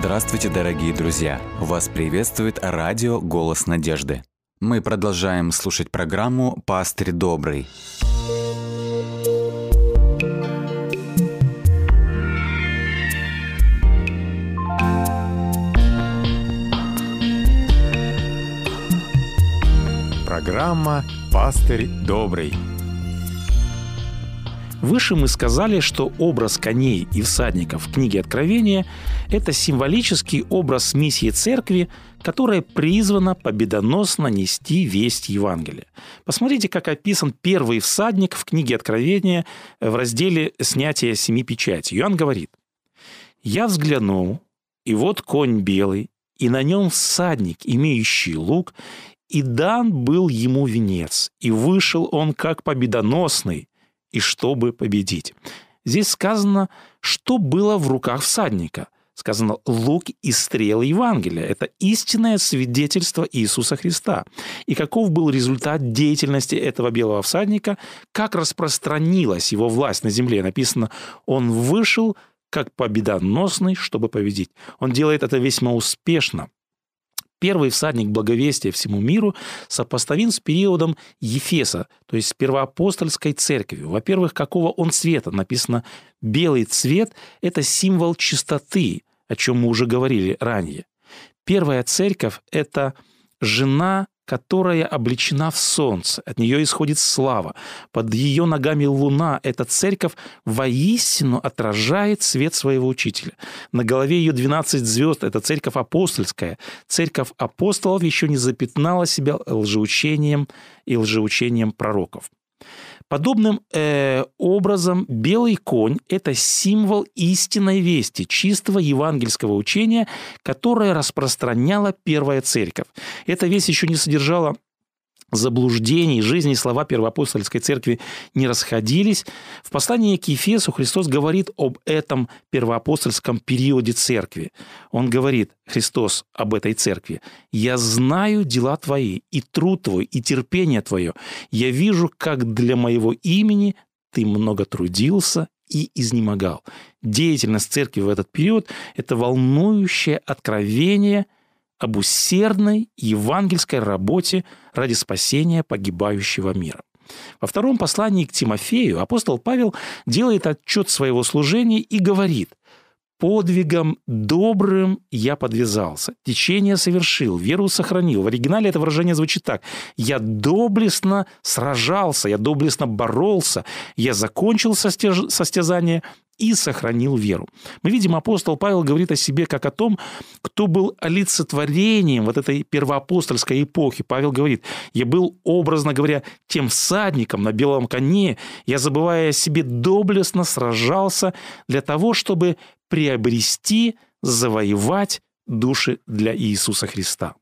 Здравствуйте, дорогие друзья! Вас приветствует радио «Голос надежды». Мы продолжаем слушать программу «Пастырь добрый». Программа «Пастырь добрый». Выше мы сказали, что образ коней и всадников в книге Откровения – это символический образ миссии церкви, которая призвана победоносно нести весть Евангелия. Посмотрите, как описан первый всадник в книге Откровения в разделе «Снятие семи печатей». Иоанн говорит: «Я взглянул, и вот конь белый, и на нем всадник, имеющий лук, и дан был ему венец, и вышел он как победоносный, и чтобы победить». Здесь сказано, что было в руках всадника. Сказано лук и стрелы Евангелия. Это истинное свидетельство Иисуса Христа. И каков был результат деятельности этого белого всадника, как распространилась его власть на земле. Написано, он вышел как победоносный, чтобы победить. Он делает это весьма успешно. Первый всадник благовестия всему миру сопоставим с периодом Ефеса, то есть с первоапостольской церковью. Во-первых, какого он цвета? Написано, белый цвет – это символ чистоты, о чем мы уже говорили ранее. Первая церковь – это жена, которая облечена в солнце, от нее исходит слава. Под ее ногами луна. Эта церковь воистину отражает свет своего учителя. На голове ее 12 звезд. Это церковь апостольская. Церковь апостолов еще не запятнала себя лжеучением и лжеучением пророков. Подобным образом белый конь – это символ истинной вести, чистого евангельского учения, которое распространяла первая церковь. Эта весть еще не содержала заблуждений, жизни и слова первоапостольской церкви не расходились. В послании к Ефесу Христос говорит об этом первоапостольском периоде церкви. Он говорит, Христос, об этой церкви: «Я знаю дела твои, и труд твой, и терпение твое. Я вижу, как для моего имени ты много трудился и изнемогал». Деятельность церкви в этот период – это волнующее откровение об усердной евангельской работе ради спасения погибающего мира. Во втором послании к Тимофею апостол Павел делает отчет своего служения и говорит: «Подвигом добрым я подвязался, течение совершил, веру сохранил». В оригинале это выражение звучит так: «Я доблестно сражался, я доблестно боролся, я закончил состязание и сохранил веру». Мы видим, апостол Павел говорит о себе как о том, кто был олицетворением вот этой первоапостольской эпохи. Павел говорит: «Я был, образно говоря, тем всадником на белом коне, я, забывая о себе, доблестно сражался для того, чтобы приобрести, завоевать души для Иисуса Христа».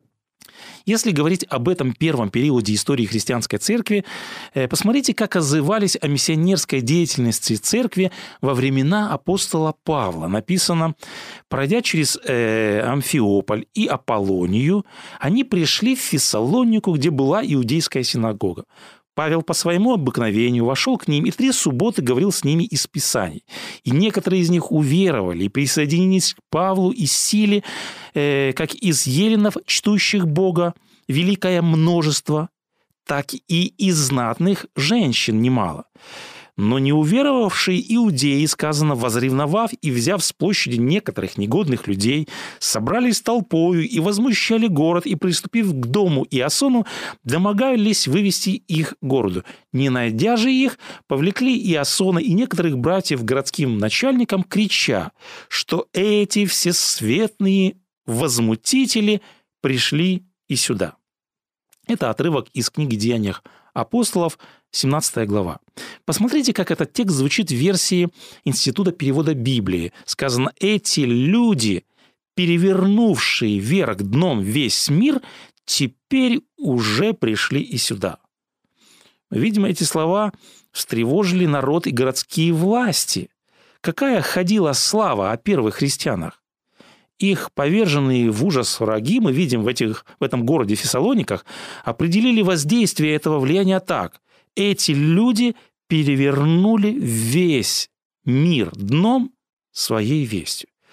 Если говорить об этом первом периоде истории христианской церкви, посмотрите, как отзывались о миссионерской деятельности церкви во времена апостола Павла. Написано: «Пройдя через Амфиополь и Аполлонию, они пришли в Фессалонику, где была иудейская синагога. Павел по своему обыкновению вошел к ним и 3 субботы говорил с ними из Писаний. И некоторые из них уверовали и присоединились к Павлу и силе, как из еленов, чтущих Бога, великое множество, так и из знатных женщин немало. Но неуверовавшие иудеи, сказано, возревновав и взяв с площади некоторых негодных людей, собрались толпою и возмущали город, и, приступив к дому Иасону, домогались вывести их к городу. Не найдя же их, повлекли Иасона и некоторых братьев городским начальникам, крича, что эти всесветные возмутители пришли и сюда». Это отрывок из книги «Деяний апостолов», 17 глава. Посмотрите, как этот текст звучит в версии Института перевода Библии. Сказано: «Эти люди, перевернувшие вверх дном весь мир, теперь уже пришли и сюда». Видимо, эти слова встревожили народ и городские власти. Какая ходила слава о первых христианах? Их поверженные в ужас враги, мы видим в этом городе Фессалониках, определили воздействие этого влияния так: эти люди перевернули весь мир дном своей вестью.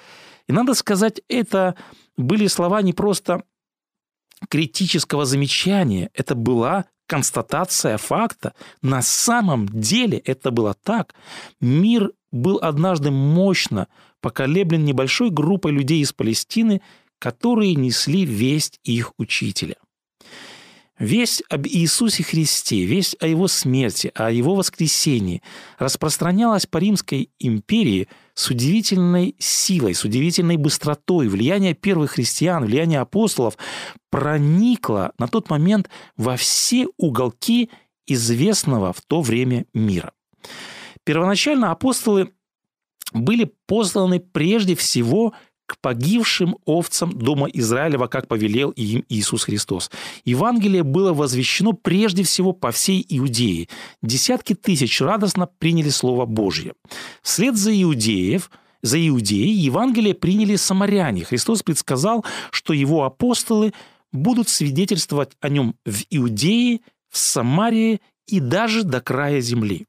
И надо сказать, это были слова не просто критического замечания, это была констатация факта. На самом деле это было так. Мир был однажды мощно поколеблен небольшой группой людей из Палестины, которые несли весть их учителя. Весть об Иисусе Христе, весть о Его смерти, о Его воскресении распространялась по Римской империи с удивительной силой, с удивительной быстротой. Влияние первых христиан, влияние апостолов проникло на тот момент во все уголки известного в то время мира. Первоначально апостолы были посланы прежде всего к погибшим овцам дома Израилева, как повелел им Иисус Христос. Евангелие было возвещено прежде всего по всей Иудее. Десятки тысяч радостно приняли Слово Божье. Вслед за Иудеей Евангелие приняли самаряне. Христос предсказал, что его апостолы будут свидетельствовать о нем в Иудее, в Самарии и даже до края земли.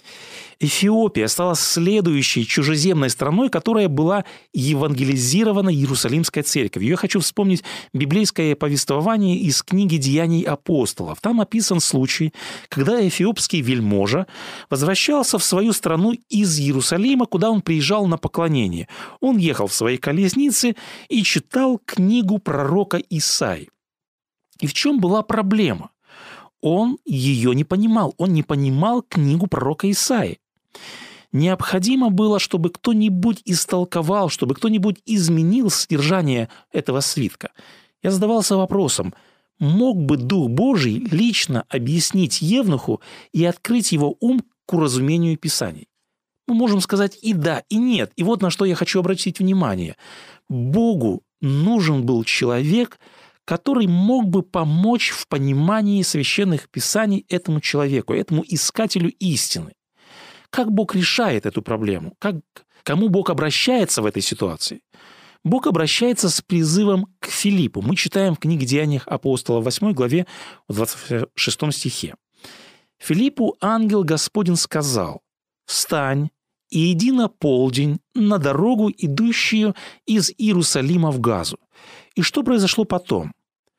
Эфиопия стала следующей чужеземной страной, которая была евангелизирована Иерусалимской церковью. Я хочу вспомнить библейское повествование из книги «Деяний апостолов». Там описан случай, когда эфиопский вельможа возвращался в свою страну из Иерусалима, куда он приезжал на поклонение. Он ехал в своей колеснице и читал книгу пророка Исаии. И в чем была проблема? Он ее не понимал. Он не понимал книгу пророка Исаии. Необходимо было, чтобы кто-нибудь истолковал, чтобы кто-нибудь изменил содержание этого свитка. Я задавался вопросом, мог бы Дух Божий лично объяснить евнуху и открыть его ум к уразумению Писаний? Мы можем сказать и да, и нет. И вот на что я хочу обратить внимание. Богу нужен был человек, который мог бы помочь в понимании священных писаний этому человеку, этому искателю истины. Как Бог решает эту проблему? К кому Бог обращается в этой ситуации? Бог обращается с призывом к Филиппу. Мы читаем в книге «Деяниях апостолов» 8 главе, в 26 стихе. «Филиппу ангел Господень сказал: встань и иди на полдень на дорогу, идущую из Иерусалима в Газу». И что произошло потом?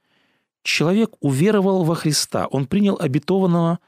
Человек уверовал во Христа, он принял обетованного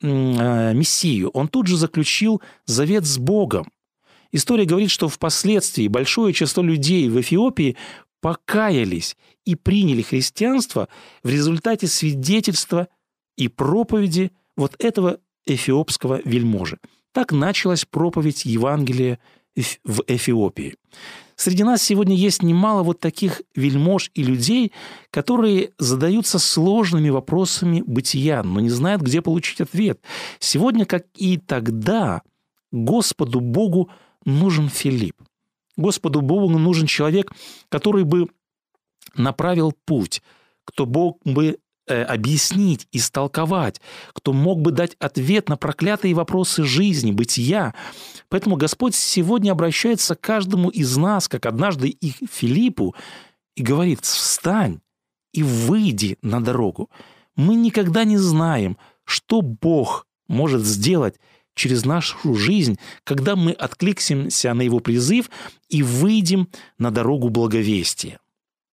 Мессию, он тут же заключил завет с Богом. История говорит, что впоследствии большое число людей в Эфиопии покаялись и приняли христианство в результате свидетельства и проповеди вот этого эфиопского вельможи. Так началась проповедь Евангелия в Эфиопии. Среди нас сегодня есть немало вот таких вельмож и людей, которые задаются сложными вопросами бытия, но не знают, где получить ответ. Сегодня, как и тогда, Господу Богу нужен Филипп. Господу Богу нужен человек, который бы направил путь, кто мог бы объяснить, истолковать, кто мог бы дать ответ на проклятые вопросы жизни, бытия. Поэтому Господь сегодня обращается к каждому из нас, как однажды и к Филиппу, и говорит: встань и выйди на дорогу. Мы никогда не знаем, что Бог может сделать через нашу жизнь, когда мы откликнемся на Его призыв и выйдем на дорогу благовестия.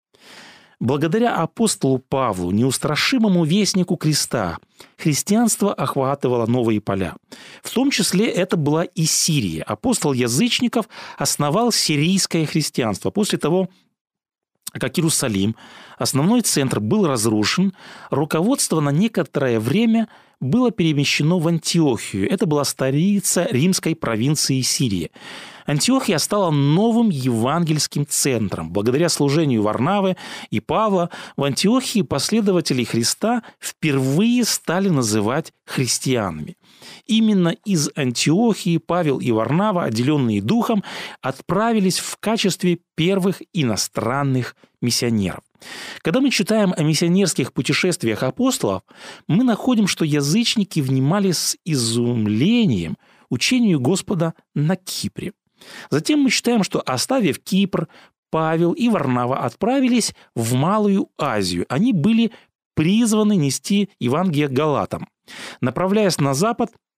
Благодаря апостолу Павлу, неустрашимому вестнику креста, христианство охватывало новые поля. В том числе это была и Сирия. Апостол язычников основал сирийское христианство. После того, как Иерусалим, основной центр, был разрушен, руководство на некоторое время было перемещено в Антиохию. Это была столица римской провинции Сирии. Антиохия стала новым евангельским центром. Благодаря служению Варнавы и Павла в Антиохии последователей Христа впервые стали называть христианами. Именно из Антиохии Павел и Варнава, отделенные духом, отправились в качестве первых иностранных миссионеров. Когда мы читаем о миссионерских путешествиях апостолов, мы находим, что язычники внимали с изумлением учению Господа на Кипре. Затем мы читаем, что, оставив Кипр, Павел и Варнава отправились в Малую Азию. Они были призваны нести Евангелие галатам. Направляясь на запад,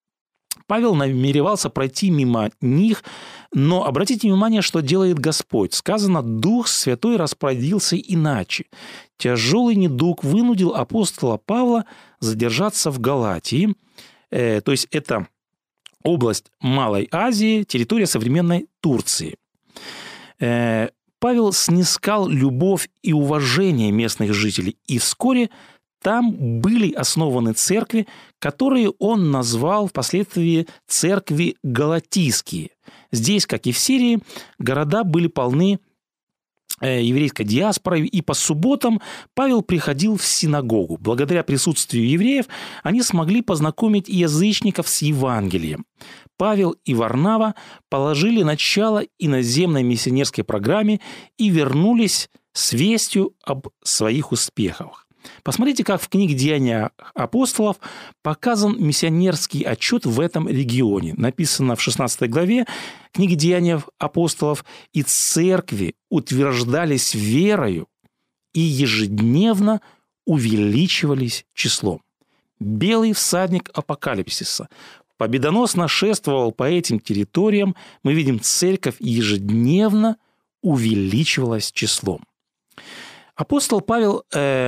Павел намеревался пройти мимо них, но обратите внимание, что делает Господь. Сказано, Дух Святой распорядился иначе. Тяжелый недуг вынудил апостола Павла задержаться в Галатии. То есть это область Малой Азии, территория современной Турции. Павел снискал любовь и уважение местных жителей, и вскоре там были основаны церкви, которые он назвал впоследствии церкви галатийские. Здесь, как и в Сирии, города были полны еврейской диаспорой, и по субботам Павел приходил в синагогу. Благодаря присутствию евреев они смогли познакомить язычников с Евангелием. Павел и Варнава положили начало иноземной миссионерской программе и вернулись с вестью об своих успехах. Посмотрите, как в книге «Деяния апостолов» показан миссионерский отчет в этом регионе. Написано в 16 главе книги «Деяния апостолов», «И церкви утверждались верою и ежедневно увеличивались числом». Белый всадник апокалипсиса победоносно шествовал по этим территориям. Мы видим, церковь ежедневно увеличивалась числом. Апостол Павел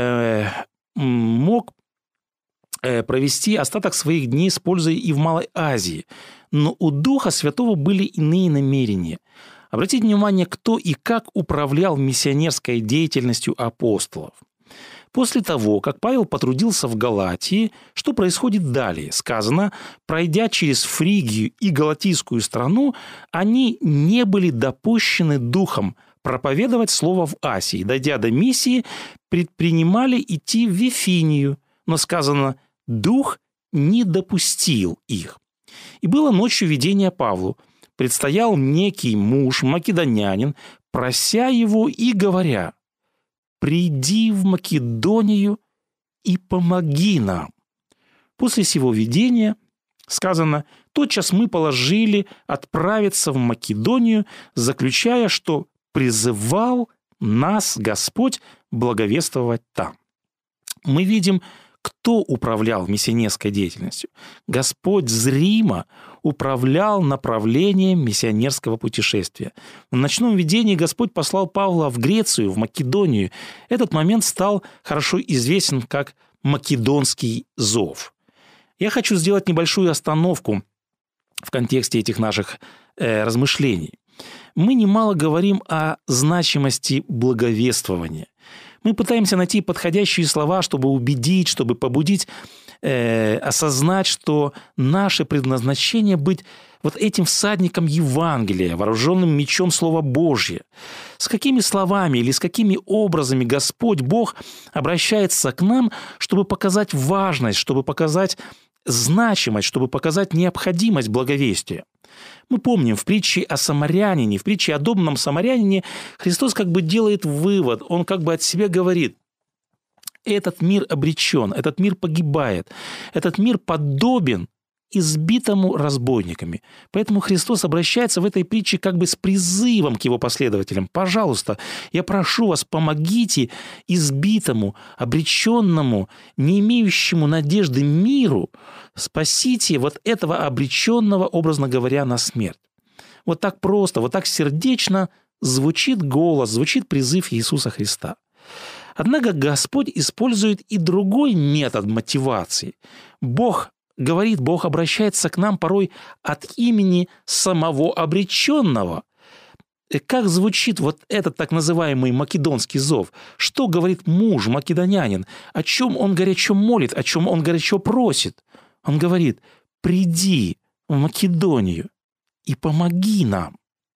мог провести остаток своих дней с пользой и в Малой Азии, но у Духа Святого были иные намерения. Обратите внимание, кто и как управлял миссионерской деятельностью апостолов. После того, как Павел потрудился в Галатии, что происходит далее? Сказано, пройдя через Фригию и Галатийскую страну, они не были допущены Духом проповедовать слово в Асии. Дойдя до Миссии, предпринимали идти в Вифинию, но сказано, Дух не допустил их. И было ночью видение Павлу. Предстоял некий муж, македонянин, прося его и говоря, «Приди в Македонию и помоги нам». После сего видения сказано, тотчас мы положили отправиться в Македонию, заключая, что призывал нас Господь благовествовать там. Мы видим, кто управлял миссионерской деятельностью. Господь зримо управлял направлением миссионерского путешествия. В ночном видении Господь послал Павла в Грецию, в Македонию. Этот момент стал хорошо известен как Македонский зов. Я хочу сделать небольшую остановку в контексте этих наших размышлений. Мы немало говорим о значимости благовествования. Мы пытаемся найти подходящие слова, чтобы убедить, чтобы побудить, осознать, что наше предназначение быть вот этим всадником Евангелия, вооруженным мечом Слова Божьего. С какими словами или с какими образами Господь Бог обращается к нам, чтобы показать важность, чтобы показать значимость, чтобы показать необходимость благовестия. Мы помним, в притче о самарянине, в притче о добром самарянине Христос как бы делает вывод, Он как бы от себя говорит, этот мир обречен, этот мир погибает, этот мир подобен избитому разбойниками. Поэтому Христос обращается в этой притче как бы с призывом к Его последователям. Пожалуйста, я прошу вас, помогите избитому, обреченному, не имеющему надежды миру, спасите вот этого обреченного, образно говоря, на смерть. Вот так просто, вот так сердечно звучит голос, звучит призыв Иисуса Христа. Однако Господь использует и другой метод мотивации. Бог говорит, Бог обращается к нам порой от имени самого обреченного. Как звучит вот этот так называемый македонский зов? Что говорит муж, македонянин? О чем он горячо молит, о чем он горячо просит? Он говорит, приди в Македонию и помоги нам.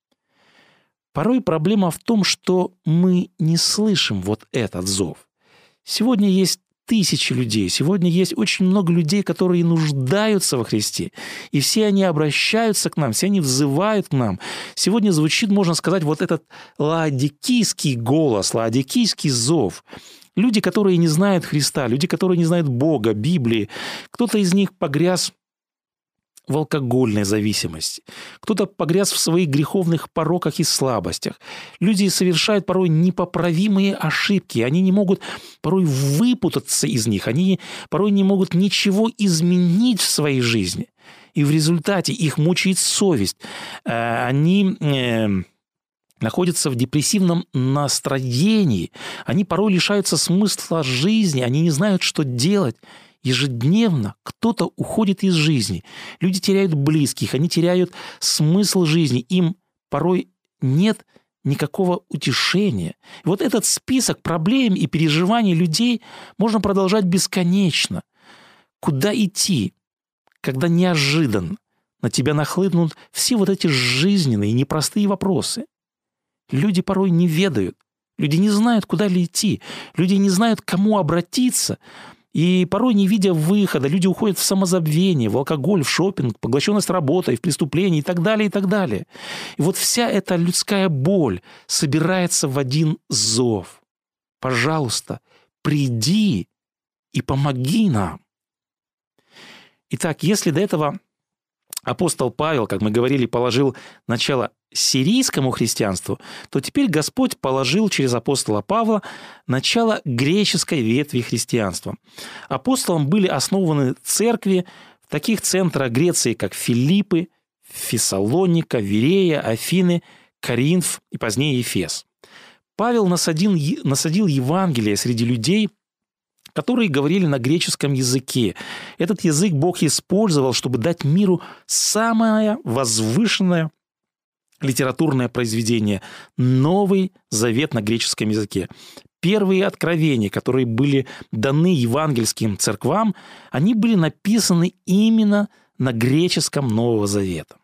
Порой проблема в том, что мы не слышим вот этот зов. Сегодня есть тысячи людей, сегодня есть очень много людей, которые нуждаются во Христе, и все они обращаются к нам, все они взывают к нам. Сегодня звучит, можно сказать, вот этот лаодикийский голос, лаодикийский зов. Люди, которые не знают Христа, люди, которые не знают Бога, Библии, кто-то из них погряз в алкогольной зависимости, кто-то погряз в своих греховных пороках и слабостях. Люди совершают порой непоправимые ошибки, они не могут порой выпутаться из них, они порой не могут ничего изменить в своей жизни. И в результате их мучает совесть. Они находятся в депрессивном настроении. Они порой лишаются смысла жизни. Они не знают, что делать. Ежедневно кто-то уходит из жизни. Люди теряют близких, они теряют смысл жизни. Им порой нет никакого утешения. И вот этот список проблем и переживаний людей можно продолжать бесконечно. Куда идти, когда неожиданно на тебя нахлынут все вот эти жизненные непростые вопросы? Люди порой не ведают, люди не знают, куда ли идти, люди не знают, к кому обратиться. И порой, не видя выхода, люди уходят в самозабвение, в алкоголь, в шопинг, поглощенность работой, в преступления и так далее, и так далее. И вот вся эта людская боль собирается в один зов. Пожалуйста, приди и помоги нам. Итак, если до этого апостол Павел, как мы говорили, положил начало сирийскому христианству, то теперь Господь положил через апостола Павла начало греческой ветви христианства. Апостолом были основаны церкви в таких центрах Греции, как Филиппы, Фессалоника, Вирея, Афины, Коринф и позднее Ефес. Павел насадил Евангелие среди людей, которые говорили на греческом языке. Этот язык Бог использовал, чтобы дать миру самое возвышенное литературное произведение – Новый Завет на греческом языке. Первые откровения, которые были даны евангельским церквам, они были написаны именно на греческом Нового Завета.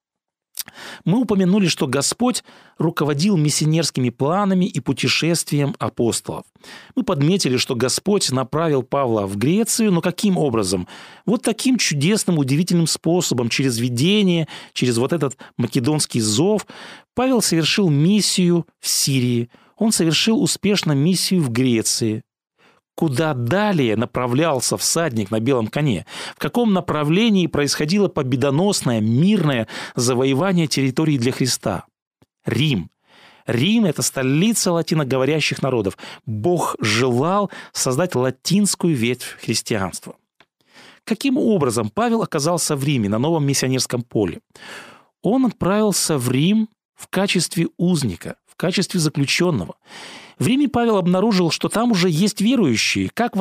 Мы упомянули, что Господь руководил миссионерскими планами и путешествием апостолов. Мы подметили, что Господь направил Павла в Грецию, но каким образом? Вот таким чудесным, удивительным способом, через видение, через вот этот македонский зов. Павел совершил миссию в Сирии, он совершил успешно миссию в Греции. Куда далее направлялся всадник на белом коне? В каком направлении происходило победоносное, мирное завоевание территории для Христа? Рим. Рим – это столица латиноговорящих народов. Бог желал создать латинскую ветвь христианства. Каким образом Павел оказался в Риме, на новом миссионерском поле? Он отправился в Рим в качестве узника, в качестве заключенного. В Риме Павел обнаружил, что там уже есть верующие. Как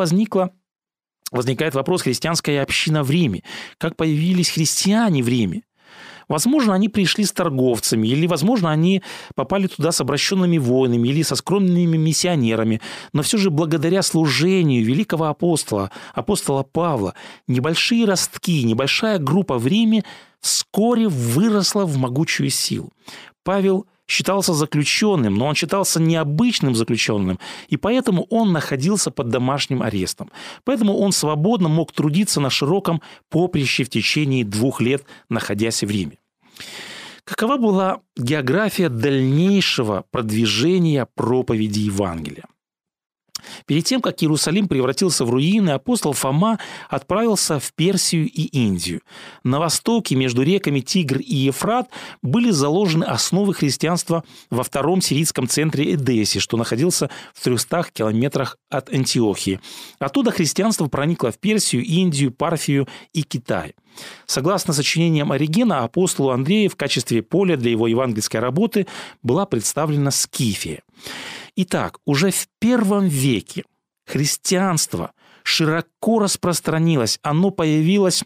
возникает вопрос: христианская община в Риме? Как появились христиане в Риме? Возможно, они пришли с торговцами, или, возможно, они попали туда с обращенными воинами или со скромными миссионерами. Но все же благодаря служению великого апостола Павла, небольшие ростки, небольшая группа в Риме вскоре выросла в могучую силу. Павел считался заключенным, но он считался необычным заключенным, и поэтому он находился под домашним арестом. Поэтому он свободно мог трудиться на широком поприще в течение 2 лет, находясь в Риме. Какова была география дальнейшего продвижения проповеди Евангелия? Перед тем, как Иерусалим превратился в руины, апостол Фома отправился в Персию и Индию. На востоке, между реками Тигр и Ефрат, были заложены основы христианства во втором сирийском центре Эдессе, что находился в 300 километрах от Антиохии. Оттуда христианство проникло в Персию, Индию, Парфию и Китай. Согласно сочинениям Оригена, апостолу Андрею в качестве поля для его евангельской работы была представлена Скифия. Итак, уже в I веке христианство широко распространилось, оно появилось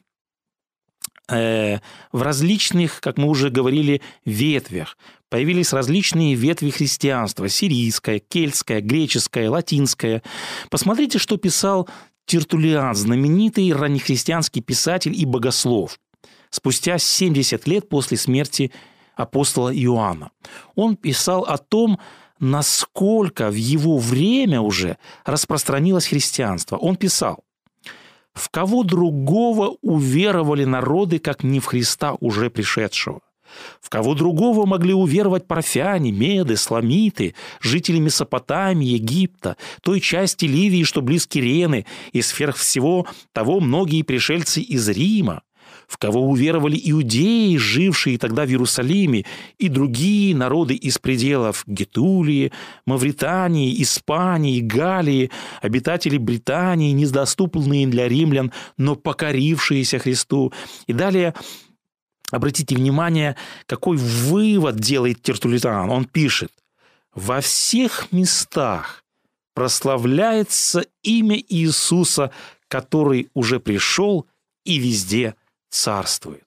в различных, как мы уже говорили, ветвях. Появились различные ветви христианства: сирийское, кельтское, греческое, латинское. Посмотрите, что писал Тертуллиан, знаменитый раннехристианский писатель и богослов, спустя 70 лет после смерти апостола Иоанна. Он писал о том, насколько в его время уже распространилось христианство. Он писал: «В кого другого уверовали народы, как не в Христа уже пришедшего? В кого другого могли уверовать парфяне, меды, сламиты, жители Месопотамии, Египта, той части Ливии, что близ Кирены, и сверх всего того многие пришельцы из Рима? в кого уверовали иудеи, жившие тогда в Иерусалиме, и другие народы из пределов Гетулии, Мавритании, Испании, Галлии, обитатели Британии, недоступные для римлян, но покорившиеся Христу. И далее обратите внимание, какой вывод делает Тертуллиан. Он пишет: «Во всех местах прославляется имя Иисуса, который уже пришел и везде царствует».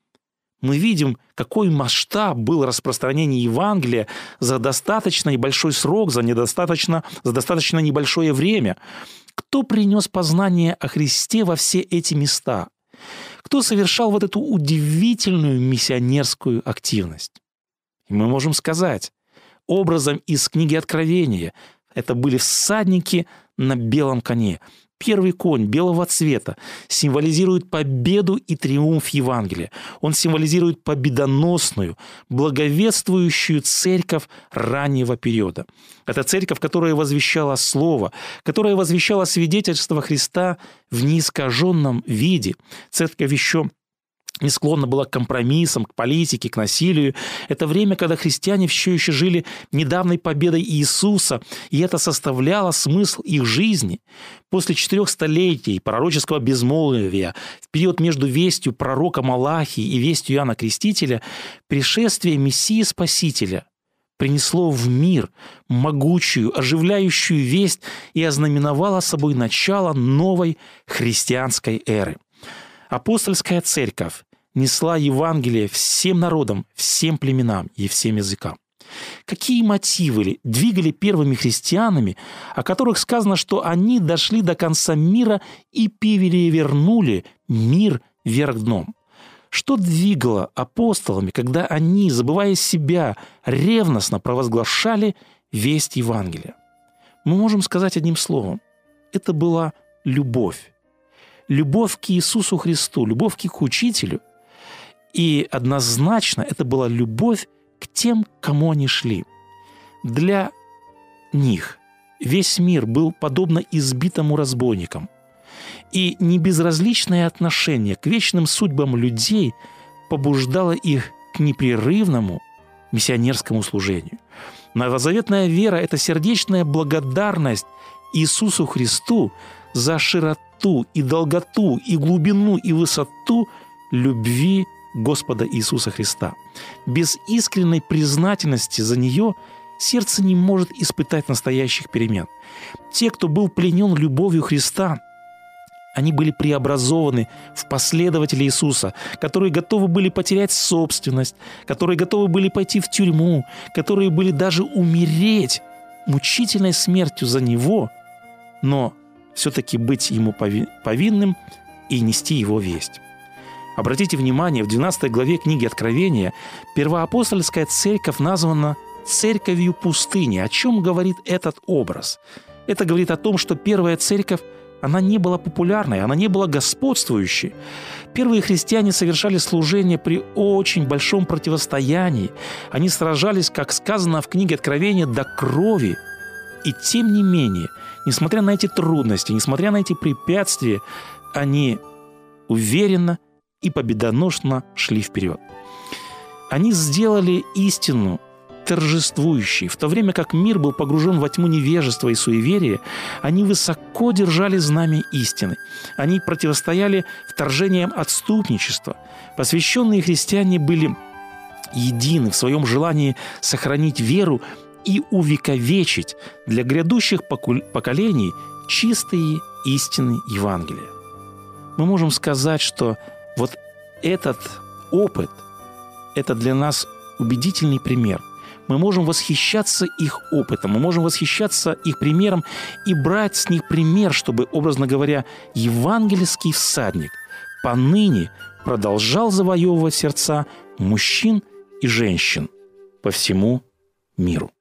Мы видим, какой масштаб был распространения Евангелия за достаточно небольшой срок, за достаточно небольшое время. Кто принес познание о Христе во все эти места? Кто совершал вот эту удивительную миссионерскую активность? И мы можем сказать, образом из книги Откровения это были всадники на белом коне. Первый конь белого цвета символизирует победу и триумф Евангелия. Он символизирует победоносную, благовествующую церковь раннего периода. Это церковь, которая возвещала Слово, которая возвещала свидетельство Христа в неискаженном виде. Церковь еще не склонна была к компромиссам, к политике, к насилию. Это время, когда христиане все еще жили недавней победой Иисуса, и это составляло смысл их жизни. После 4 столетий пророческого безмолвия, в период между вестью пророка Малахии и вестью Иоанна Крестителя, пришествие Мессии Спасителя принесло в мир могучую, оживляющую весть и ознаменовало собой начало новой христианской эры. Апостольская церковь несла Евангелие всем народам, всем племенам и всем языкам. Какие мотивы двигали первыми христианами, о которых сказано, что они дошли до конца мира и перевернули мир вверх дном? Что двигало апостолами, когда они, забывая себя, ревностно провозглашали весть Евангелия? Мы можем сказать одним словом: это была любовь. Любовь к Иисусу Христу, любовь к их учителю. И однозначно это была любовь к тем, к кому они шли. Для них весь мир был подобно избитому разбойникам. И небезразличное отношение к вечным судьбам людей побуждало их к непрерывному миссионерскому служению. Новозаветная вера – это сердечная благодарность Иисусу Христу за широту и долготу, и глубину, и высоту любви Господа Иисуса Христа. Без искренней признательности за нее сердце не может испытать настоящих перемен. Те, кто был пленен любовью Христа, они были преобразованы в последователей Иисуса, которые готовы были потерять собственность, которые готовы были пойти в тюрьму, которые были даже умереть мучительной смертью за Него, но все-таки быть Ему повинным и нести Его весть. Обратите внимание, в 12 главе книги Откровения первоапостольская церковь названа церковью пустыни. О чем говорит этот образ? Это говорит о том, что первая церковь, она не была популярной, она не была господствующей. Первые христиане совершали служение при очень большом противостоянии. Они сражались, как сказано в книге Откровения, до крови. И тем не менее, несмотря на эти трудности, несмотря на эти препятствия, они уверенно и победоносно шли вперед. Они сделали истину торжествующей. В то время как мир был погружен во тьму невежества и суеверия, они высоко держали знамя истины. Они противостояли вторжениям отступничества. Посвященные христиане были едины в своем желании сохранить веру и увековечить для грядущих поколений чистые истины Евангелия. Мы можем сказать, что вот этот опыт – это для нас убедительный пример. Мы можем восхищаться их опытом, мы можем восхищаться их примером и брать с них пример, чтобы, образно говоря, евангельский всадник поныне продолжал завоевывать сердца мужчин и женщин по всему миру.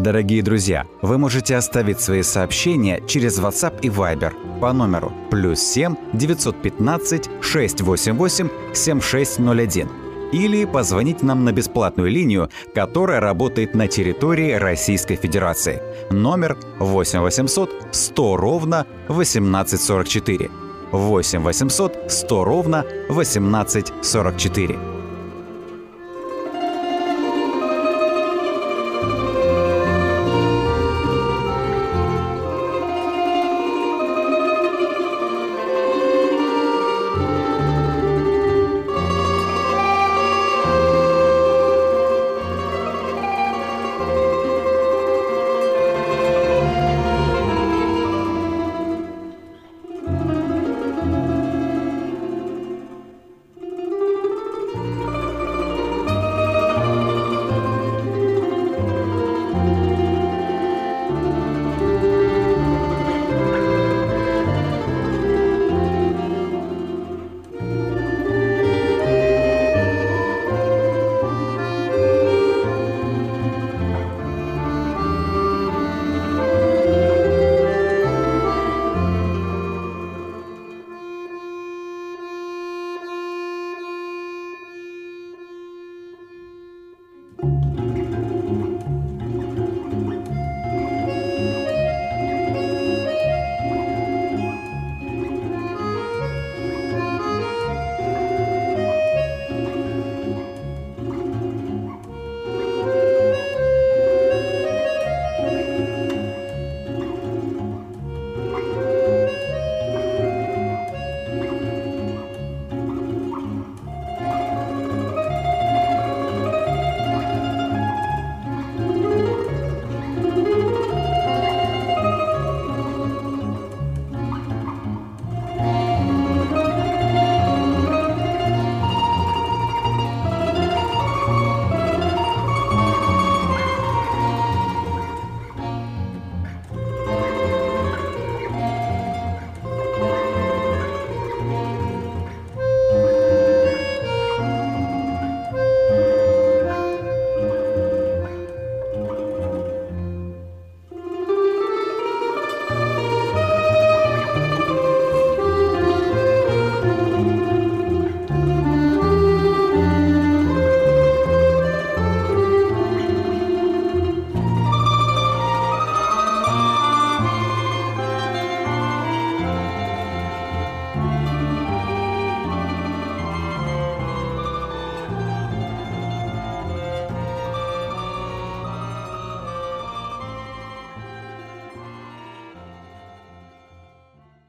Дорогие друзья, вы можете оставить свои сообщения через WhatsApp и Viber по номеру +7 915 688 7601 или позвонить нам на бесплатную линию, которая работает на территории Российской Федерации. Номер 8 800 100 ровно 1844. 8 800 100 ровно 1844.